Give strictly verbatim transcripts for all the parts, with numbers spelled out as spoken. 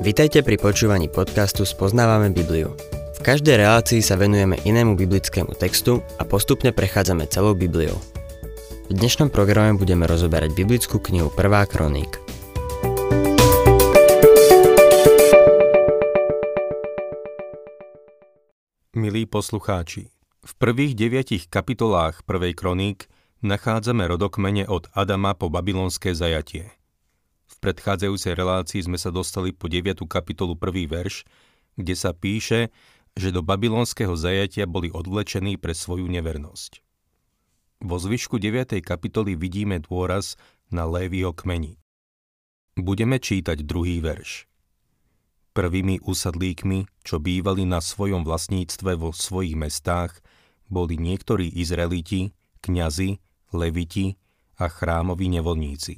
Vitajte pri počúvaní podcastu Spoznávame Bibliu. V každej relácii sa venujeme inému biblickému textu a postupne prechádzame celou Bibliou. V dnešnom programe budeme rozoberať biblickú knihu prvá Kroník. Milí poslucháči, v prvých deviatich kapitolách prvej Kroník nachádzame rodokmene od Adama po babylonské zajatie. V predchádzajúcej relácii sme sa dostali po deviatu kapitolu prvý verš, kde sa píše, že do babylonského zajatia boli odvlečení pre svoju nevernosť. Vo zvyšku deviatej kapitoly vidíme dôraz na Léviho kmeni. Budeme čítať druhý verš. Prvými usadlíkmi, čo bývali na svojom vlastníctve vo svojich mestách, boli niektorí Izraeliti, kňazi, leviti a chrámoví nevoľníci.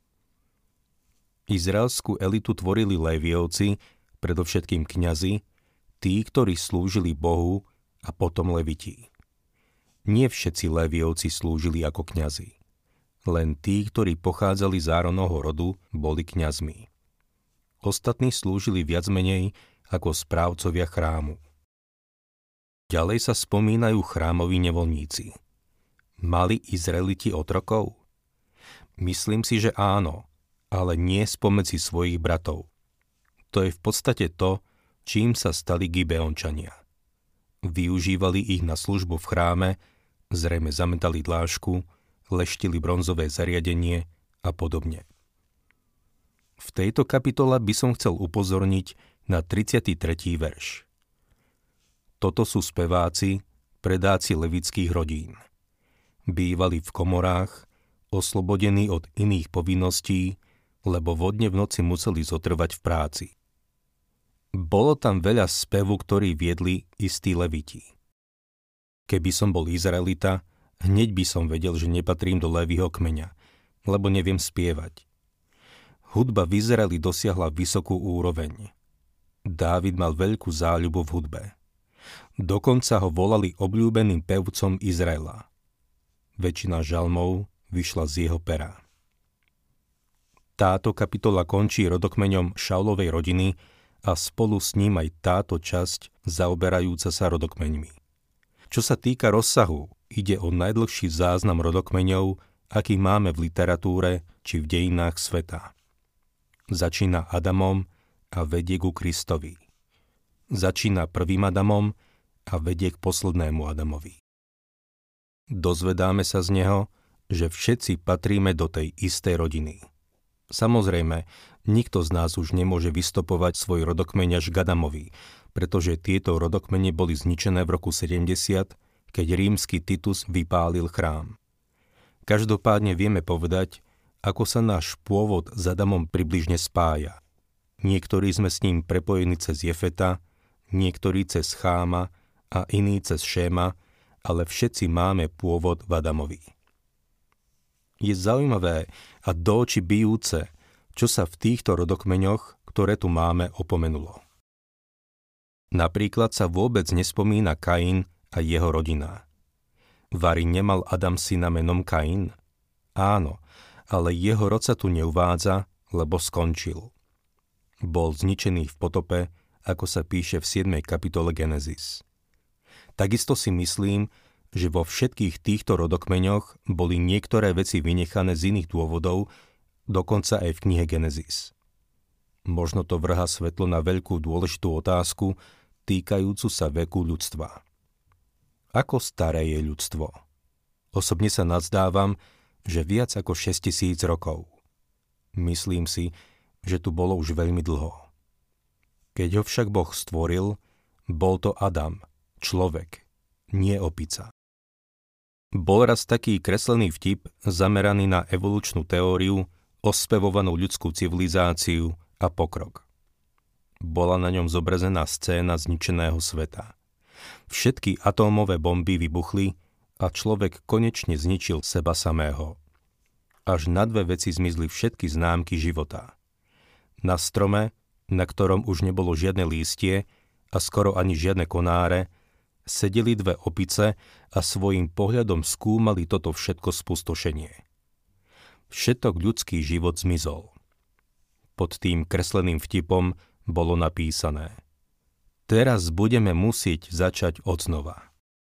Izraelskú elitu tvorili Léviovci, predovšetkým kňazi, tí, ktorí slúžili Bohu, a potom leviti. Nie všetci Léviovci slúžili ako kňazi. Len tí, ktorí pochádzali z Áronovho rodu, boli kňazmi. Ostatní slúžili viac menej ako správcovia chrámu. Ďalej sa spomínajú chrámoví nevoľníci. Mali Izraeliti otrokov? Myslím si, že áno, ale nie spomedzi svojich bratov. To je v podstate to, čím sa stali Gibeončania. Využívali ich na službu v chráme, zrejme zametali dlášku, leštili bronzové zariadenie a podobne. V tejto kapitole by som chcel upozorniť na tridsiaty tretí verš. Toto sú speváci, predáci levických rodín. Bývali v komorách, oslobodení od iných povinností, lebo vodne v noci museli zotrvať v práci. Bolo tam veľa spevu, ktorý viedli istí leviti. Keby som bol Izraelita, hneď by som vedel, že nepatrím do Léviho kmeňa, lebo neviem spievať. Hudba v Izraeli dosiahla vysokú úroveň. Dávid mal veľkú záľubu v hudbe. Dokonca ho volali obľúbeným pevcom Izraela. Väčšina žalmov vyšla z jeho pera. Táto kapitola končí rodokmeňom Šaulovej rodiny a spolu s ním aj táto časť zaoberajúca sa rodokmeňmi. Čo sa týka rozsahu, ide o najdlhší záznam rodokmeňov, aký máme v literatúre či v dejinách sveta. Začína Adamom a vedie ku Kristovi. Začína prvým Adamom a vedie k poslednému Adamovi. Dozvedáme sa z neho, že všetci patríme do tej istej rodiny. Samozrejme, nikto z nás už nemôže vystopovať svoj rodokmeň až k Adamovi, pretože tieto rodokmene boli zničené v roku sedemdesiat, keď rímsky Titus vypálil chrám. Každopádne vieme povedať, ako sa náš pôvod s Adamom približne spája. Niektorí sme s ním prepojení cez Jefeta, niektorí cez Cháma a iní cez Šéma, ale všetci máme pôvod v Adamovi. Je zaujímavé a do očí bijúce, čo sa v týchto rodokmeňoch, ktoré tu máme, opomenulo. Napríklad sa vôbec nespomína Kain a jeho rodina. Vari nemal Adam syna menom Kain? Áno, ale jeho rod sa tu neuvádza, lebo skončil. Bol zničený v potope, ako sa píše v siedmej kapitole Genesis. Takisto si myslím, že vo všetkých týchto rodokmeňoch boli niektoré veci vynechané z iných dôvodov, dokonca aj v knihe Genesis. Možno to vrhá svetlo na veľkú dôležitú otázku týkajúcu sa veku ľudstva. Ako staré je ľudstvo? Osobne sa nazdávam, že viac ako šesťtisíc rokov. Myslím si, že tu bolo už veľmi dlho. Keď ho však Boh stvoril, bol to Adam, človek, nie opica. Bol raz taký kreslený vtip zameraný na evolučnú teóriu, ospevovanú ľudskú civilizáciu a pokrok. Bola na ňom zobrazená scéna zničeného sveta. Všetky atómové bomby vybuchli a človek konečne zničil seba samého. Až na dve veci zmizli všetky známky života. Na strome, na ktorom už nebolo žiadne lístie a skoro ani žiadne konáre, sedeli dve opice a svojím pohľadom skúmali toto všetko spustošenie. Všetok ľudský život zmizol. Pod tým kresleným vtipom bolo napísané: Teraz budeme musieť začať odznova.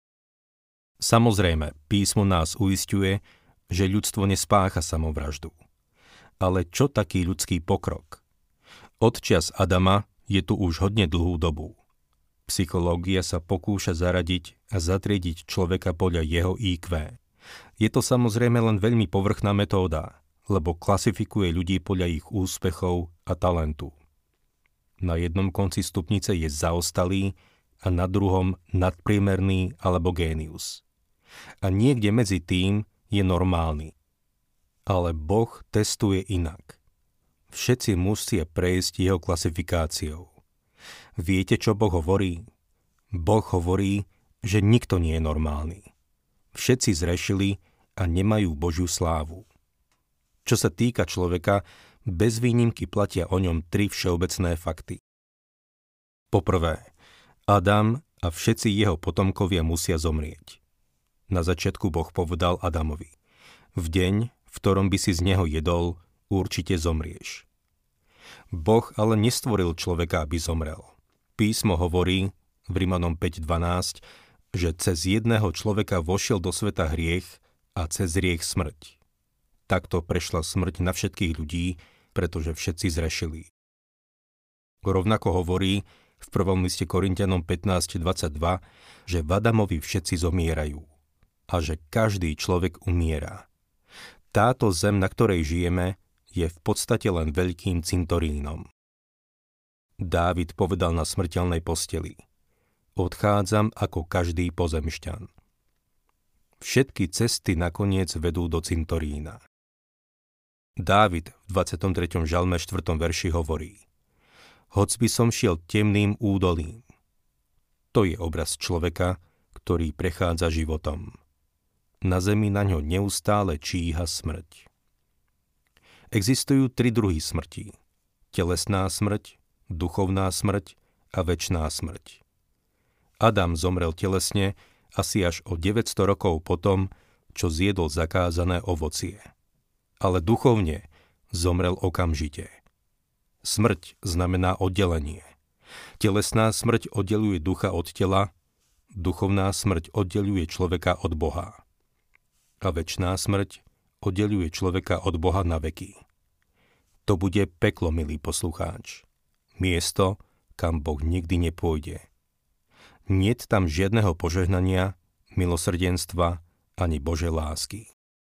Samozrejme, písmo nás uisťuje, že ľudstvo nespácha samovraždu. Ale čo taký ľudský pokrok? Od čias Adama je tu už hodne dlhú dobu. Psychológia sa pokúša zaradiť a zatriediť človeka podľa jeho í kvé. Je to samozrejme len veľmi povrchná metóda, lebo klasifikuje ľudí podľa ich úspechov a talentu. Na jednom konci stupnice je zaostalý a na druhom nadpriemerný alebo génius. A niekde medzi tým je normálny. Ale Boh testuje inak. Všetci musia prejsť jeho klasifikáciou. Viete, čo Boh hovorí? Boh hovorí, že nikto nie je normálny. Všetci zrešili a nemajú Božiu slávu. Čo sa týka človeka, bez výnimky platia o ňom tri všeobecné fakty. Poprvé, Adam a všetci jeho potomkovia musia zomrieť. Na začiatku Boh povedal Adamovi: v deň, v ktorom by si z neho jedol, určite zomrieš. Boh ale nestvoril človeka, aby zomrel. Písmo hovorí v Rimanom päť dvanásť, že cez jedného človeka vošiel do sveta hriech a cez hriech smrť. Takto prešla smrť na všetkých ľudí, pretože všetci zrešili. Rovnako hovorí v prvom liste Korinťanom pätnásť dvadsaťdva, že v Adamovi všetci zomierajú a že každý človek umiera. Táto zem, na ktorej žijeme, je v podstate len veľkým cintorínom. Dávid povedal na smrteľnej posteli: Odchádzam ako každý pozemšťan. Všetky cesty nakoniec vedú do cintorína. Dávid v dvadsiatom treťom žalme štvrtom verši hovorí: Hoc by som šiel temným údolím. To je obraz človeka, ktorý prechádza životom. Na zemi na ňo neustále číha smrť. Existujú tri druhy smrti. Telesná smrť, duchovná smrť a večná smrť. Adam zomrel telesne asi až o deväťsto rokov potom, čo zjedol zakázané ovocie. Ale duchovne zomrel okamžite. Smrť znamená oddelenie. Telesná smrť oddeluje ducha od tela, duchovná smrť oddeluje človeka od Boha. A večná smrť oddeluje človeka od Boha na veky. To bude peklo, milý poslucháč. Miesto, kam Boh nikdy nepôjde. Niet tam žiadneho požehnania, milosrdenstva ani Božej lásky.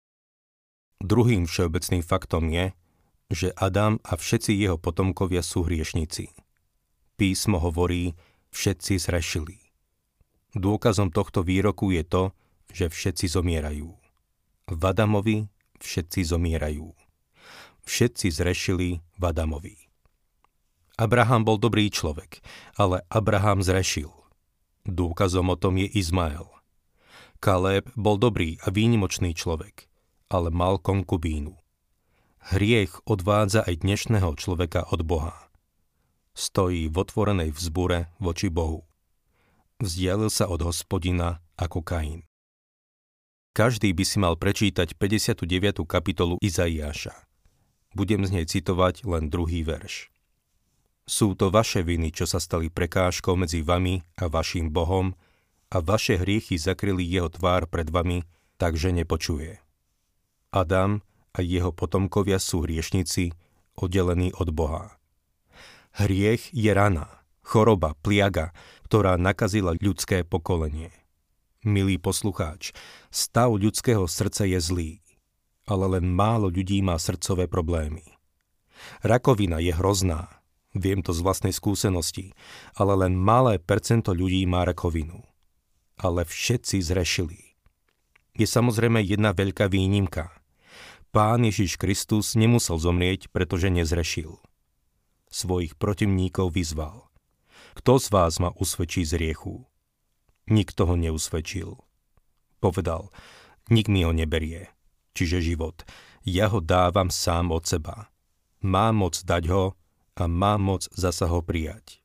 Druhým všeobecným faktom je, že Adam a všetci jeho potomkovia sú hriešnici. Písmo hovorí: všetci zrešili. Dôkazom tohto výroku je to, že všetci zomierajú. V Adamovi všetci zomierajú. Všetci zrešili v Adamovi. Abraham bol dobrý človek, ale Abraham zrešil. Dôkazom o tom je Izmael. Kaleb bol dobrý a výnimočný človek, ale mal konkubínu. Hriech odvádza aj dnešného človeka od Boha. Stojí v otvorenej vzbure voči Bohu. Vzdialil sa od Hospodina ako Kain. Každý by si mal prečítať päťdesiatu deviatu kapitolu Izaiáša. Budem z nej citovať len druhý verš. Sú to vaše viny, čo sa stali prekážkou medzi vami a vaším Bohom, a vaše hriechy zakryli jeho tvár pred vami, takže nepočuje. Adam a jeho potomkovia sú hriešnici, oddelení od Boha. Hriech je rana, choroba, pliaga, ktorá nakazila ľudské pokolenie. Milý poslucháč, stav ľudského srdca je zlý, ale len málo ľudí má srdcové problémy. Rakovina je hrozná, viem to z vlastnej skúsenosti, ale len malé percento ľudí má rakovinu. Ale všetci zrešili. Je samozrejme jedna veľká výnimka. Pán Ježiš Kristus nemusel zomrieť, pretože nezrešil. Svojich protivníkov vyzval: Kto z vás ma usvedčí z hriechu? Nikto ho neusvedčil. Povedal: Nik mi ho neberie, čiže život. Ja ho dávam sám od seba. Mám moc dať ho a mám moc zasa ho prijať.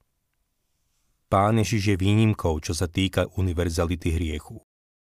Pán Ježiš je výnimkou, čo sa týka univerzality hriechu.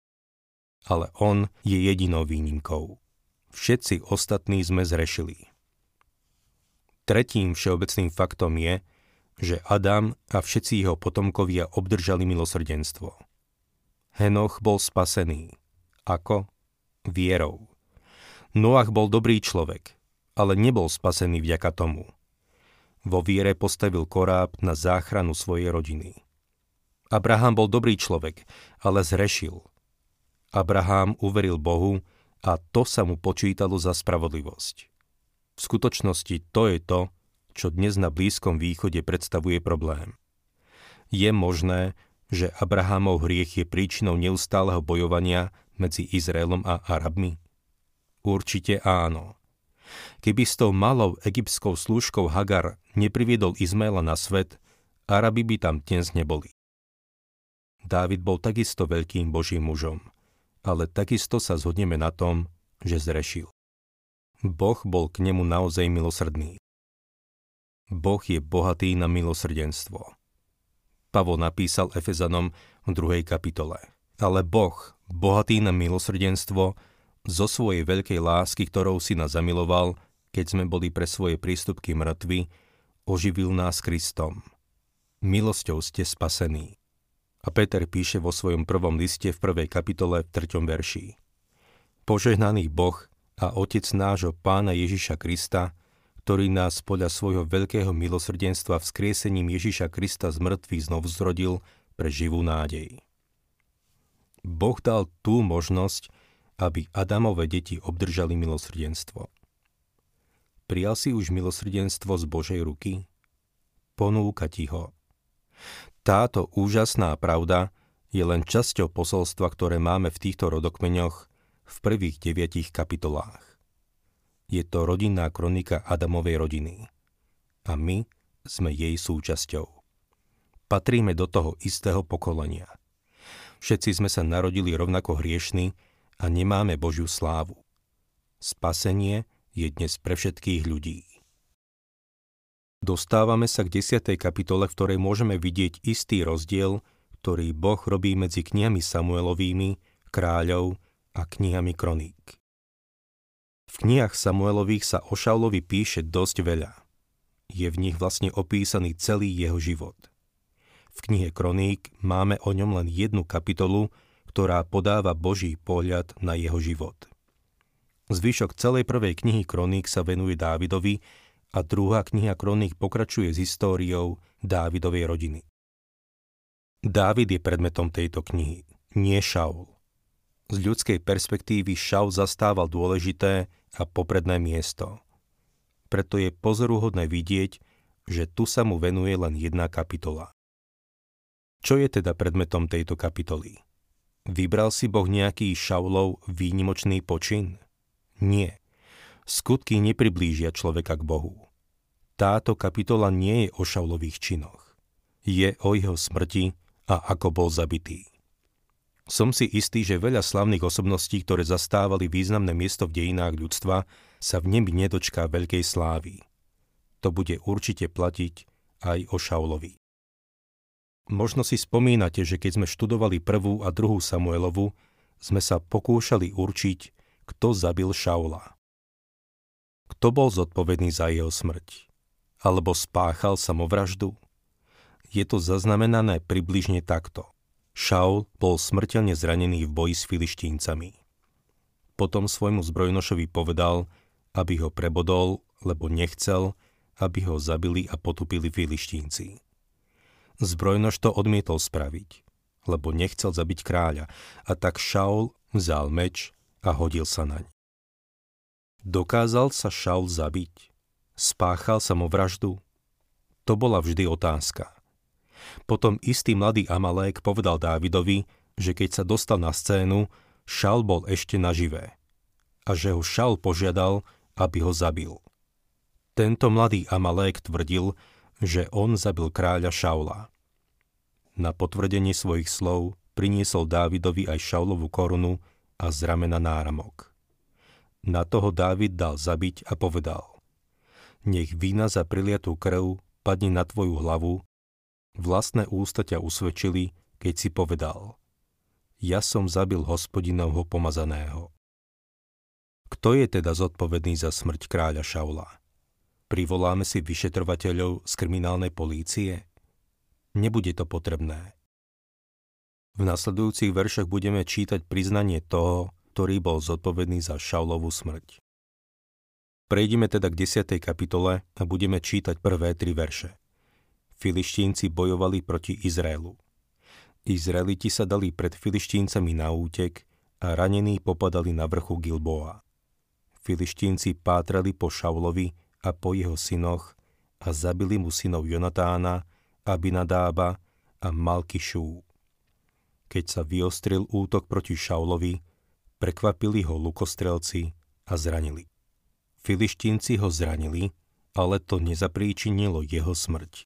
Ale on je jedinou výnimkou. Všetci ostatní sme zrešili. Tretím všeobecným faktom je, že Adam a všetci jeho potomkovia obdržali milosrdenstvo. Henoch bol spasený. Ako? Vierou. Noach bol dobrý človek, ale nebol spasený vďaka tomu. Vo viere postavil koráb na záchranu svojej rodiny. Abraham bol dobrý človek, ale zhrešil. Abraham uveril Bohu a to sa mu počítalo za spravodlivosť. V skutočnosti to je to, čo dnes na Blízkom východe predstavuje problém. Je možné, že Abrahamov hriech je príčinou neustáleho bojovania medzi Izraelom a Arabmi? Určite áno. Keby s tou malou egyptskou slúžkou Hagar nepriviedol Izmaela na svet, Arabi by tam dnes neboli. Dávid bol takisto veľkým Božím mužom, ale takisto sa zhodneme na tom, že zrešil. Boh bol k nemu naozaj milosrdný. Boh je bohatý na milosrdenstvo. Pavol napísal Efezanom v druhej kapitole. Ale Boh, bohatý na milosrdenstvo, zo svojej veľkej lásky, ktorou si nás zamiloval, keď sme boli pre svoje prístupky mŕtvi, oživil nás Kristom. Milosťou ste spasení. A Peter píše vo svojom prvom liste v prvej kapitole v treťom verši. Požehnaný Boh a Otec nášho Pána Ježiša Krista, ktorý nás podľa svojho veľkého milosrdenstva vzkriesením Ježiša Krista z mŕtvych znovu zrodil pre živú nádej. Boh dal tú možnosť, aby Adamove deti obdržali milosrdenstvo. Prijal si už milosrdenstvo z Božej ruky? Ponúka ti ho. Táto úžasná pravda je len časťou posolstva, ktoré máme v týchto rodokmeňoch v prvých deviatich kapitolách. Je to rodinná kronika Adamovej rodiny. A my sme jej súčasťou. Patríme do toho istého pokolenia. Všetci sme sa narodili rovnako hriešni a nemáme Božiu slávu. Spasenie je dnes pre všetkých ľudí. Dostávame sa k desiatej kapitole, v ktorej môžeme vidieť istý rozdiel, ktorý Boh robí medzi knihami Samuelovými, kráľov a knihami kroník. V knihách Samuelových sa o Šaulovi píše dosť veľa. Je v nich vlastne opísaný celý jeho život. V knihe Kroník máme o ňom len jednu kapitolu, ktorá podáva Boží pohľad na jeho život. Zvyšok celej prvej knihy Kroník sa venuje Dávidovi a druhá kniha Kroník pokračuje s históriou Dávidovej rodiny. Dávid je predmetom tejto knihy, nie Šaul. Z ľudskej perspektívy Šaul zastával dôležité a popredné miesto. Preto je pozoruhodné vidieť, že tu sa mu venuje len jedna kapitola. Čo je teda predmetom tejto kapitoly? Vybral si Boh nejaký Šaulov výnimočný počin? Nie. Skutky nepriblížia človeka k Bohu. Táto kapitola nie je o Šaulových činoch. Je o jeho smrti a ako bol zabitý. Som si istý, že veľa slavných osobností, ktoré zastávali významné miesto v dejinách ľudstva, sa v nebi nedočká veľkej slávy. To bude určite platiť aj o Šaulovi. Možno si spomínate, že keď sme študovali prvú a druhú Samuelovu, sme sa pokúšali určiť, kto zabil Šaula. Kto bol zodpovedný za jeho smrť? Alebo spáchal samovraždu? Je to zaznamenané približne takto. Šaul bol smrteľne zranený v boji s Filištíncami. Potom svojmu zbrojnošovi povedal, aby ho prebodol, lebo nechcel, aby ho zabili a potupili Filištínci. Zbrojnoš to odmietol spraviť, lebo nechcel zabiť kráľa, a tak Šaul vzal meč a hodil sa naň. Dokázal sa Šaul zabiť? Spáchal samovraždu? To bola vždy otázka. Potom istý mladý Amalek povedal Dávidovi, že keď sa dostal na scénu, Šaul bol ešte naživé a že ho Šaul požiadal, aby ho zabil. Tento mladý Amalek tvrdil, že on zabil kráľa Šaula. Na potvrdenie svojich slov priniesol Dávidovi aj Šaulovu korunu a z ramena náramok. Na toho Dávid dal zabiť a povedal: Nech vína za priliatú krv padne na tvoju hlavu, vlastné ústa ťa usvedčili, keď si povedal: Ja som zabil Hospodinovho pomazaného. Kto je teda zodpovedný za smrť kráľa Šaula? Privoláme si vyšetrovateľov z kriminálnej polície? Nebude to potrebné. V nasledujúcich veršoch budeme čítať priznanie toho, ktorý bol zodpovedný za Šaulovú smrť. Prejdime teda k desiatej kapitole a budeme čítať prvé tri verše. Filištínci bojovali proti Izraelu. Izraeliti sa dali pred Filištíncami na útek a ranení popadali na vrchu Gilboa. Filištínci pátrali po Šaulovi a po jeho synoch a zabili mu synov Jonatána, Abinadába a Malkišu. Keď sa vyostril útok proti Šaulovi, prekvapili ho lukostrelci a zranili. Filištínci ho zranili, ale to nezapríčinilo jeho smrť.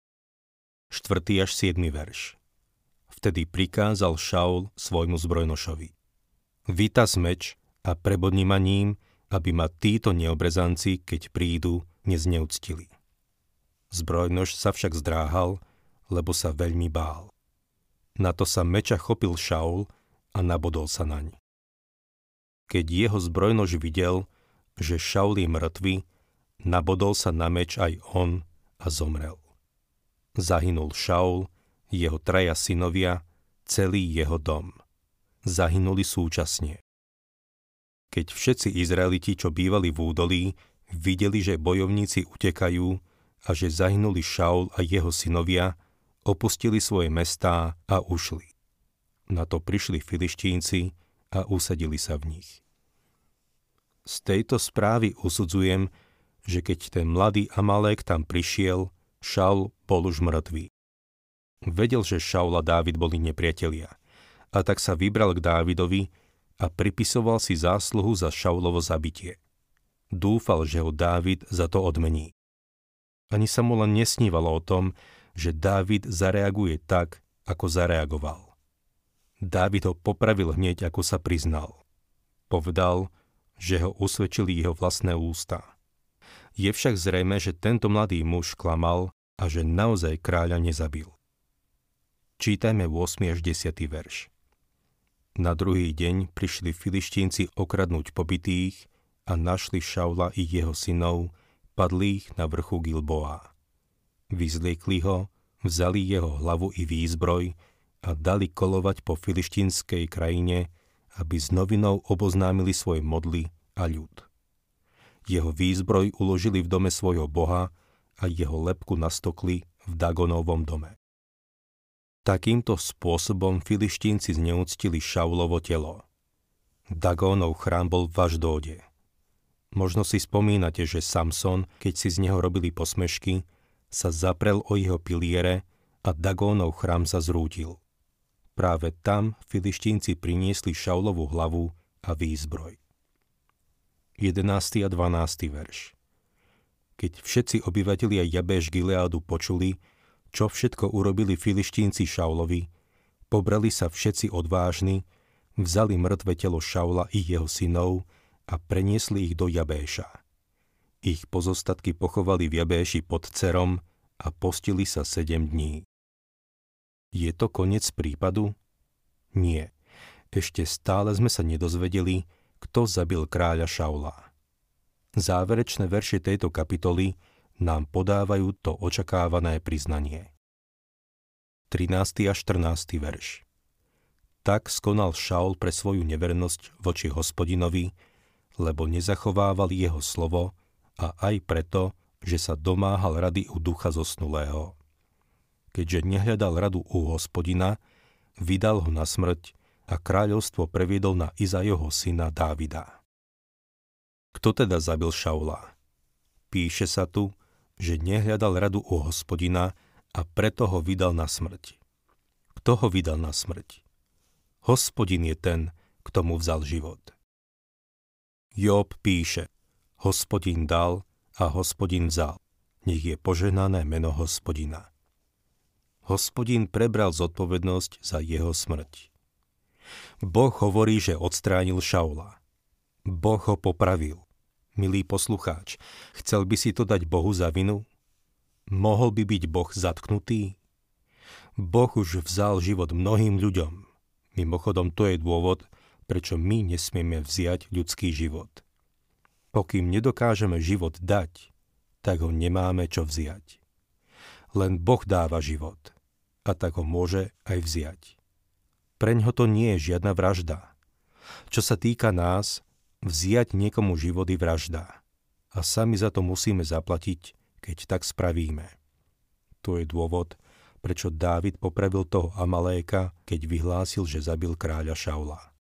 štvrtý až siedmy verš. Vtedy prikázal Šaul svojmu zbrojnošovi: Vytaz meč a prebodni ma ním, aby ma títo neobrezanci, keď prídu, nezneúctili. Zbrojnoš sa však zdráhal, lebo sa veľmi bál. Na to sa meča chopil Šaul a nabodol sa naň. Keď jeho zbrojnož videl, že Šaul je mŕtvy, nabodol sa na meč aj on a zomrel. Zahynul Šaul, jeho traja synovia, celý jeho dom. Zahynuli súčasne. Keď všetci Izraeliti, čo bývali v údolí, videli, že bojovníci utekajú a že zahynuli Šaul a jeho synovia, opustili svoje mestá a ušli. Na to prišli Filištínci a usadili sa v nich. Z tejto správy usudzujem, že keď ten mladý Amalek tam prišiel, Šaul bol už mŕtvý. Vedel, že Šaul a Dávid boli nepriatelia, a tak sa vybral k Dávidovi a pripisoval si zásluhu za Šaulovo zabitie. Dúfal, že ho Dávid za to odmení. Ani sa mu len nesnívalo o tom, že Dávid zareaguje tak, ako zareagoval. Dávid ho popravil hneď, ako sa priznal. Povedal, že ho usvedčili jeho vlastné ústa. Je však zrejmé, že tento mladý muž klamal a že naozaj kráľa nezabil. Čítajme ôsmy až desiaty verš. Na druhý deň prišli Filištínci okradnúť pobitých a našli Šaula i jeho synov, padlých na vrchu Gilboa. Vyzliekli ho, vzali jeho hlavu i výzbroj a dali kolovať po filištínskej krajine, aby s novinou oboznámili svoje modly a ľud. Jeho výzbroj uložili v dome svojho boha a jeho lebku nastokli v Dagonovom dome. Takýmto spôsobom Filištínci zneúctili Šaulovo telo. Dagónov chrám bol v Ašdóde. Možno si spomínate, že Samson, keď si z neho robili posmešky, sa zaprel o jeho piliere a Dagónov chrám sa zrútil. Práve tam Filištínci priniesli Šaulovu hlavu a výzbroj. jedenásty a dvanásty verš. Keď všetci obyvatelia Jabéš Gileádu počuli, čo všetko urobili Filištínci Šaulovi, pobrali sa všetci odvážni, vzali mŕtve telo Šaula i jeho synov a preniesli ich do Jabéša. Ich pozostatky pochovali v Jabéši pod Cerom a postili sa sedem dní. Je to koniec prípadu? Nie. Ešte stále sme sa nedozvedeli, kto zabil kráľa Šaula. Záverečné verše tejto kapitoly nám podávajú to očakávané priznanie. trinásty a štrnásty verš. Tak skonal Šaul pre svoju nevernosť voči Hospodinovi, lebo nezachovával jeho slovo a aj preto, že sa domáhal rady u ducha zosnulého. Keďže nehľadal radu u Hospodina, vydal ho na smrť a kráľovstvo previedol na Izaiovho syna Dávida. Kto teda zabil Šaula? Píše sa tu, že nehľadal radu u Hospodina a preto ho vydal na smrť. Kto ho vydal na smrť? Hospodin je ten, kto mu vzal život. Job píše: Hospodin dal a Hospodin vzal. Nech je požehnané meno Hospodina. Hospodin prebral zodpovednosť za jeho smrť. Boh hovorí, že odstránil Šaula. Boh ho popravil. Milý poslucháč, chcel by si to dať Bohu za vinu? Mohol by byť Boh zatknutý? Boh už vzal život mnohým ľuďom. Mimochodom, to je dôvod, prečo my nesmieme vziať ľudský život. Pokým nedokážeme život dať, tak ho nemáme čo vziať. Len Boh dáva život a tak ho môže aj vziať. Preňho to nie je žiadna vražda. Čo sa týka nás, vziať niekomu život je vražda a sami za to musíme zaplatiť, keď tak spravíme. To je dôvod, prečo Dávid popravil toho Amaléka, keď vyhlásil, že zabil kráľa Šaula.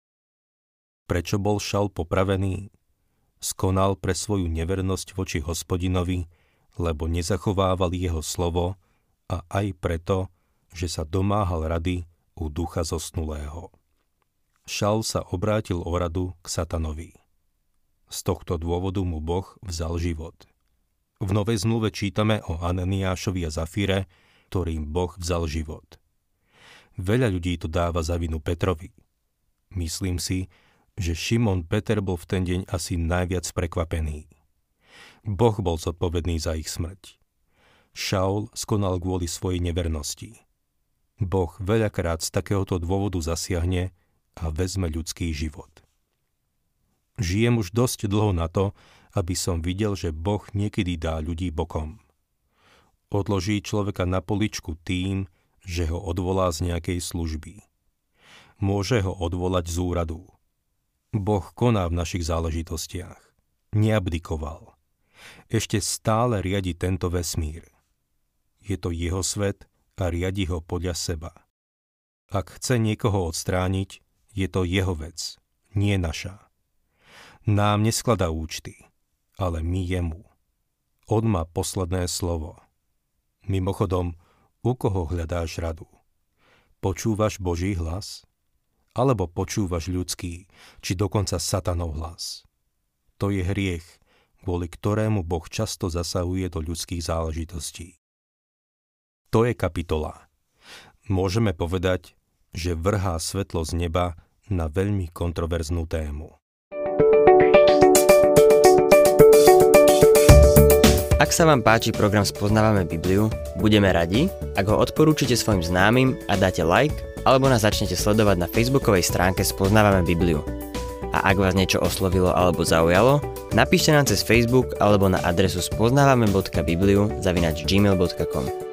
Prečo bol Šaul popravený? Skonal pre svoju nevernosť voči Hospodinovi, lebo nezachovával jeho slovo a aj preto, že sa domáhal rady u ducha zosnulého. Šaul sa obrátil o radu k satanovi. Z tohto dôvodu mu Boh vzal život. V Novej zmluve čítame o Ananiášovi a Zafíre, ktorým Boh vzal život. Veľa ľudí to dáva za vinu Petrovi. Myslím si, že Šimon Peter bol v ten deň asi najviac prekvapený. Boh bol zodpovedný za ich smrť. Šaul skonal kvôli svojej nevernosti. Boh veľakrát z takéhoto dôvodu zasiahne a vezme ľudský život. Žijem už dosť dlho na to, aby som videl, že Boh niekedy dá ľudí bokom. Odloží človeka na poličku tým, že ho odvolá z nejakej služby. Môže ho odvolať z úradu. Boh koná v našich záležitostiach. Neabdikoval. Ešte stále riadi tento vesmír. Je to jeho svet a riadi ho podľa seba. Ak chce niekoho odstrániť, je to jeho vec, nie naša. Nám neskladá účty, ale my jemu. On má posledné slovo. Mimochodom, u koho hľadáš radu? Počúvaš Boží hlas? Alebo počúvaš ľudský, či dokonca satanov hlas? To je hriech, kvôli ktorému Boh často zasahuje do ľudských záležitostí. To je kapitola. Môžeme povedať, že vrhá svetlo z neba na veľmi kontroverznú tému. Ak sa vám páči program Spoznávame Bibliu, budeme radi, ak ho odporúčite svojim známym a dáte like, alebo nás začnete sledovať na facebookovej stránke Spoznávame Bibliu. A ak vás niečo oslovilo alebo zaujalo, napíšte nám cez Facebook alebo na adresu spoznávame bodka bibliu zavináč gmail bodka com.